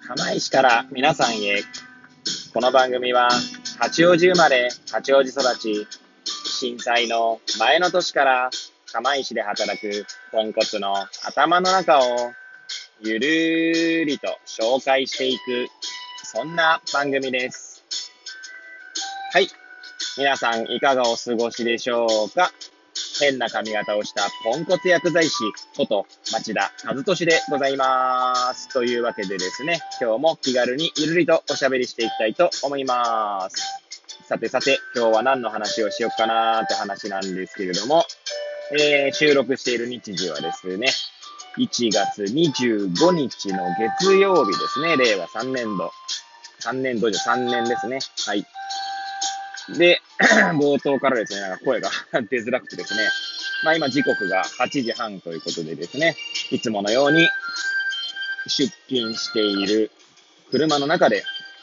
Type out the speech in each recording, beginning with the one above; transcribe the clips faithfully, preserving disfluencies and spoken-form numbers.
釜石から皆さんへ。この番組は八王子生まれ、八王子育ち、震災の前の年から釜石で働くポンコツの頭の中をゆるりと紹介していく、そんな番組です。はい。皆さんいかがお過ごしでしょうか。変な髪型をしたポンコツ薬剤師こと町田和俊でございます。というわけでですね、今日も気軽にゆるりとおしゃべりしていきたいと思います。さてさて、今日は何の話をしようかなーって話なんですけれども、えー、収録している日時はですね、いちがつにじゅうごにちの月曜日ですね。れいわさんねんど。さんねんどじゃさんねんですね。はい。で、冒頭からですね、なんか声が出づらくてですね、まあ今時刻がはちじはんということでですね、いつものように出勤している車の中で、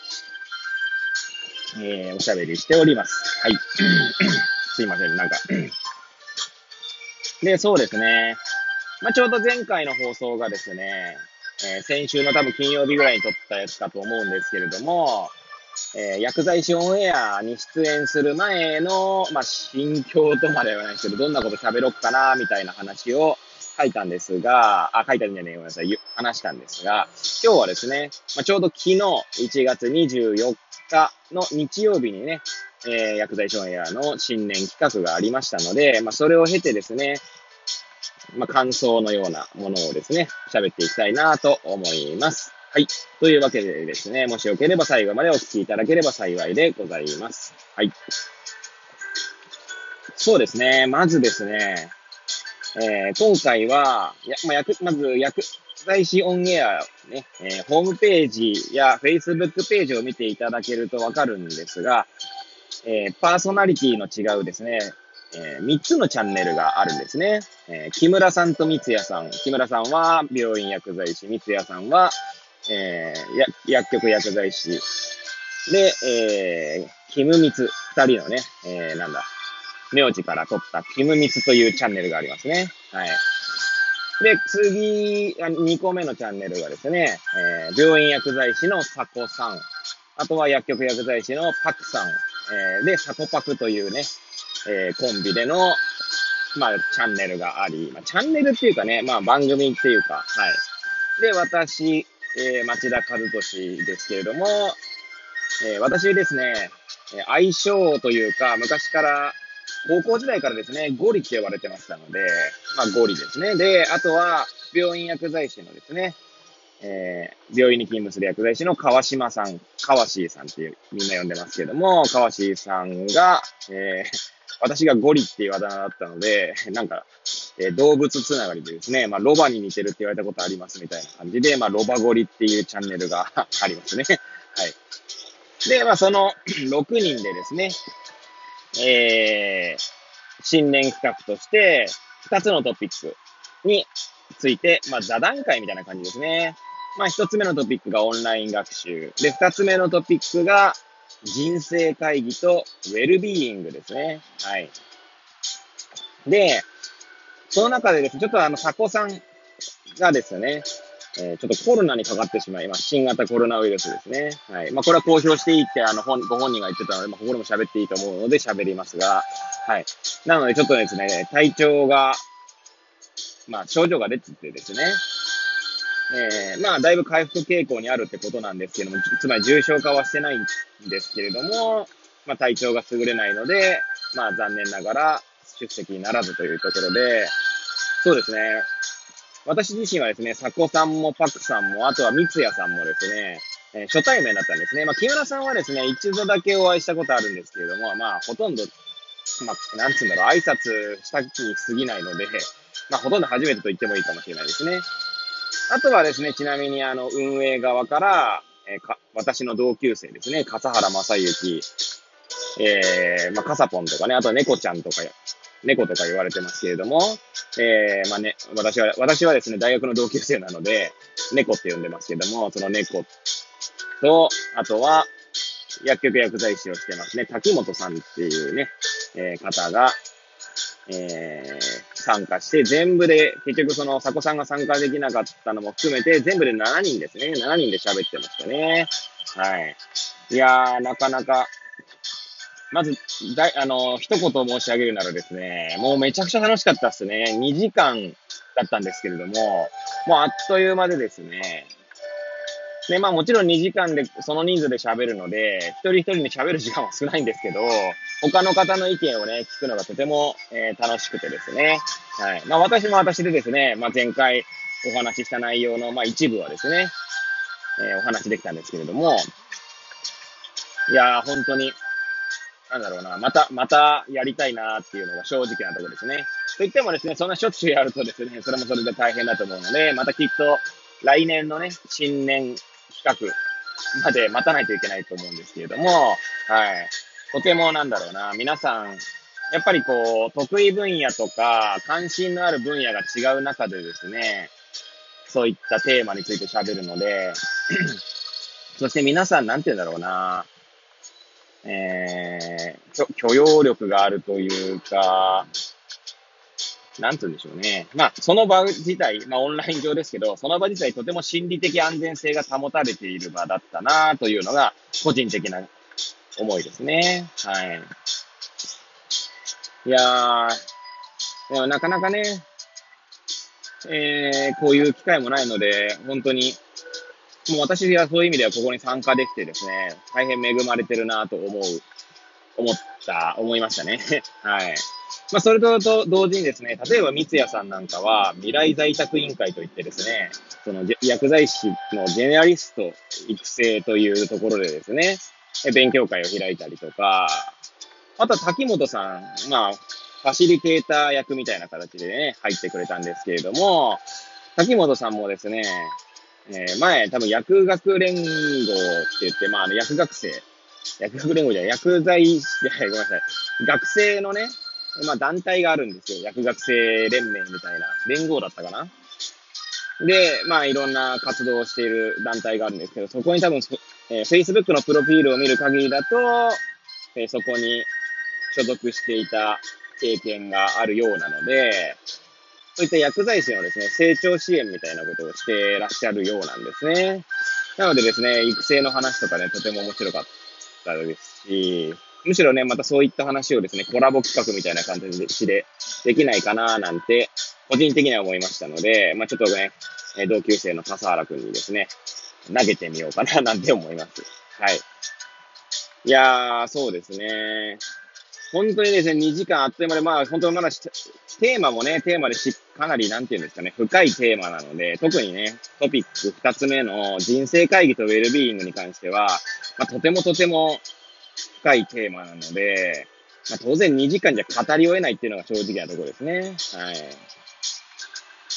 えー、おしゃべりしております。はい。すいません、なんか。で、そうですね。まあちょうど前回の放送がですね、えー、先週の多分金曜日ぐらいに撮ったやつかと思うんですけれども、えー、薬剤師オンエアに出演する前の、まあ、心境とまでは言わないですけど、どんなこと喋ろっかな、みたいな話を書いたんですが、あ、書いたんじゃねえ、ごめんなさい、話したんですが、今日はですね、まあ、ちょうど昨日、いちがつにじゅうよっかの日曜日にね、えー、薬剤師オンエアの新年企画がありましたので、まあ、それを経てですね、まあ、感想のようなものをですね、喋っていきたいなと思います。はい。というわけでですね、もしよければ最後までお聞きいただければ幸いでございます。はい。そうですね。まずですね、えー、今回は、やまあ、薬まず薬剤師オンエア、ね、えー、ホームページや Facebook ページを見ていただけるとわかるんですが、えー、パーソナリティの違うですね、えー、みっつのチャンネルがあるんですね。えー、木村さんと三ツ矢さん。木村さんは病院薬剤師、三ツ矢さんは、えー、や薬局薬剤師。で、えー、キムミツ。二人のね、えー、なんだ、名字から取ったキムミツというチャンネルがありますね。はい。で、次、にこめのチャンネルがですね、えー、病院薬剤師のサコさん。あとは薬局薬剤師のパクさん。えー、で、サコパクというね、えー、コンビでの、まあ、チャンネルがあり、まあ、チャンネルっていうかね、まあ、番組っていうか、はい。で、私、えー、町田和俊ですけれども、えー、私ですね、愛称というか、昔から、高校時代からですね、ゴリって呼ばれてましたので、まあ、ゴリですね。で、あとは、病院薬剤師のですね、えー、病院に勤務する薬剤師の川島さん、川椎さんっていうみんな呼んでますけども、川椎さんが、えー、私がゴリっていうあだ名だったので、なんか、えー、動物つながりでですね、まあ、ロバに似てるって言われたことありますみたいな感じで、まあ、ロバゴリっていうチャンネルがありますね。はい。で、まあ、そのろくにんでですね、えー、新年企画として、ふたつのトピックについて、まあ、座談会みたいな感じですね。まあ、ひとつめのトピックがオンライン学習。で、ふたつめのトピックが人生会議とウェルビーイングですね。はい。で、その中でですね、ちょっとあの、タコさんがですね、えー、ちょっとコロナにかかってしまいます。新型コロナウイルスですね。はい。まあ、これは公表していいって、あの、本、ご本人が言ってたので、まあ、ここでも喋っていいと思うので喋りますが、はい。なので、ちょっとですね、体調が、まあ、症状が出ててですね、えー、まあ、だいぶ回復傾向にあるってことなんですけども、つまり重症化はしてないんですけれども、まあ、体調が優れないので、まあ、残念ながら出席にならずというところで、そうですね、私自身はですね、佐古さんもパクさんも、あとは三ツ矢さんもですね、えー、初対面だったんですね。まあ、木村さんはですね、一度だけお会いしたことあるんですけれども、まあ、ほとんど、まあ、なんつうんだろう、挨拶したに過ぎないので、まあ、ほとんど初めてと言ってもいいかもしれないですね。あとはですね、ちなみにあの、運営側から、えー、か私の同級生ですね、笠原正幸、えー、まあ、カサポンとかね、あとは猫ちゃんとか、猫とか言われてますけれども、えー、まあね、私は、私はですね、大学の同級生なので、猫って呼んでますけども、その猫と、あとは、薬局薬剤師をしてますね、滝本さんっていうね、えー、方が、えー、 参加して、全部で、結局その、佐古さんが参加できなかったのも含めて、全部でしちにんですね。しちにんで喋ってましたね。はい。いやー、なかなか、まず、だい、あの、一言申し上げるならですね、もうめちゃくちゃ楽しかったっすね。にじかんだったんですけれども、もうあっという間でですね、で、まあもちろんにじかんでその人数で喋るので、一人一人に喋る時間は少ないんですけど、他の方の意見をね、聞くのがとても、えー楽しくてですね。はい。まあ私も私でですね、まあ前回お話しした内容の、まあ一部はですね、えーお話しできたんですけれども、いやー本当に、なんだろうな、また、またやりたいなっていうのが正直なところですね。といってもですね、そんなしょっちゅうやるとですね、それもそれで大変だと思うので、またきっと来年のね、新年企画まで待たないといけないと思うんですけれども、はい。とてもなんだろうな、皆さん、やっぱりこう、得意分野とか、関心のある分野が違う中でですね、そういったテーマについて喋るので、そして皆さん、なんて言うんだろうな、えー、許許容力があるというか、なんて言うんでしょうね。まあ、その場自体、まあ、オンライン上ですけど、その場自体とても心理的安全性が保たれている場だったな、というのが、個人的な思いですね。はい。いやー、でもなかなかね、えー、こういう機会もないので、本当に、もう私はそういう意味ではここに参加できてですね、大変恵まれてるなと思う、思った、思いましたね。はい。まあ、それとと同時にですね、例えば三ツ矢さんなんかは、未来在宅委員会といってですね、その薬剤師のジェネラリスト育成というところでですね、勉強会を開いたりとか、あとは滝本さん、まあ、ファシリテーター役みたいな形でね、入ってくれたんですけれども、滝本さんもですね、えー前、多分薬学連合って言って、まあ、あの、薬学生、薬学連合じゃない、薬剤師、いやごめんなさい、学生のね、まあ、団体があるんですよ。薬学生連盟みたいな。連合だったかな。で、まあ、いろんな活動をしている団体があるんですけど、そこに多分、えー、Facebook のプロフィールを見る限りだと、えーそこに所属していた経験があるようなので、そういった薬剤師のですね、成長支援みたいなことをしてらっしゃるようなんですね。なのでですね、育成の話とかね、とても面白かったですし、むしろね、またそういった話をですね、コラボ企画みたいな感じでできないかななんて、個人的には思いましたので、まあちょっとね、同級生の笠原くんにですね、投げてみようかななんて思います。はい。いやー、そうですね。本当にですね、にじかんあっという間で、まあ、本当にまだテーマもね、テーマでし、かなり、なんていうんですかね、深いテーマなので、特にね、トピックふたつめの人生会議とウェルビーイングに関しては、まあ、とてもとても深いテーマなので、まあ、当然にじかんじゃ語り終えないっていうのが正直なところですね。はい。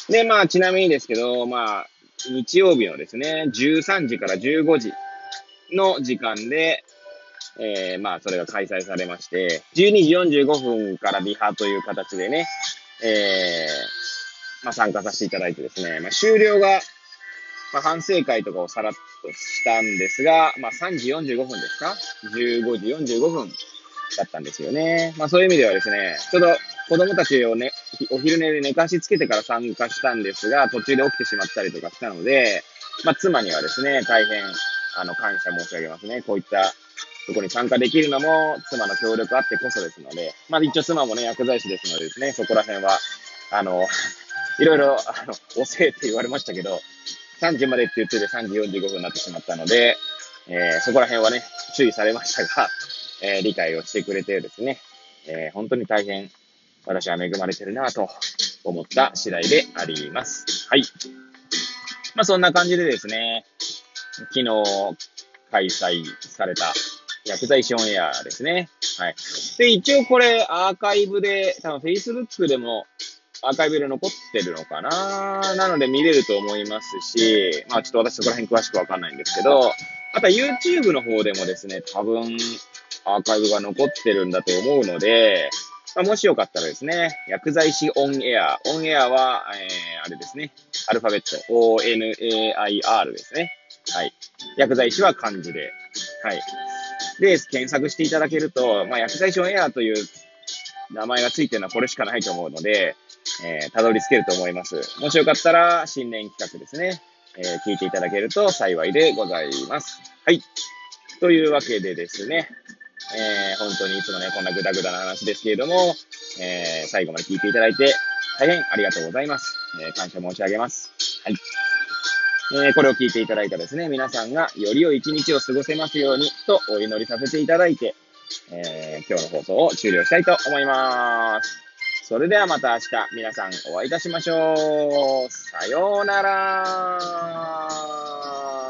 で、まあ、ちなみにですけど、まあ、日曜日のですね、じゅうさんじからじゅうごじの時間で、えー、まあ、それが開催されまして、じゅうにじよんじゅうごふんからリハという形でね、えー、まあ、参加させていただいてですね、まあ、終了が、まあ、反省会とかをさらっとしたんですが、まあ、さんじよんじゅうごふんですか ?じゅうごじよんじゅうごふんだったんですよね。まあ、そういう意味ではですね、ちょうど子供たちをね、お昼寝で寝かしつけてから参加したんですが、途中で起きてしまったりとかしたので、まあ、妻にはですね、大変、あの、感謝申し上げますね。こういったそこに参加できるのも妻の協力あってこそですので、まあ一応妻もね、薬剤師ですのでですね、そこら辺は、あの、いろいろ、あの、遅えって言われましたけど、さんじまでって言っててさんじよんじゅうごふんになってしまったので、えー、そこら辺はね、注意されましたが、えー、理解をしてくれてですね、えー、本当に大変私は恵まれてるなと思った次第であります。はい。まあそんな感じでですね、昨日開催された薬剤師オンエアですね。はい。で、一応これアーカイブで、多分 Facebook でもアーカイブで残ってるのかななので見れると思いますし、まあちょっと私そこら辺詳しくわかんないんですけど、あとは YouTube の方でもですね、多分アーカイブが残ってるんだと思うので、まあ、もしよかったらですね、薬剤師オンエア。オンエアは、えー、あれですね。アルファベット。オーエヌエーアイアール ですね。はい。薬剤師は漢字で。はい。で、検索していただけると、まあ、薬剤師オンエアという名前がついてるのはこれしかないと思うので、 えー、たどり着けると思います。もしよかったら、新年企画ですね、えー、聞いていただけると幸いでございます。はい。というわけでですね、えー、本当にいつもね、こんなグダグダな話ですけれども、えー、最後まで聞いていただいて、大変ありがとうございます。えー、感謝申し上げます。はい。えー、これを聞いていただいたですね、皆さんがより良い一日を過ごせますようにとお祈りさせていただいて、えー、今日の放送を終了したいと思います。それではまた明日皆さんお会いいたしましょう。さようなら。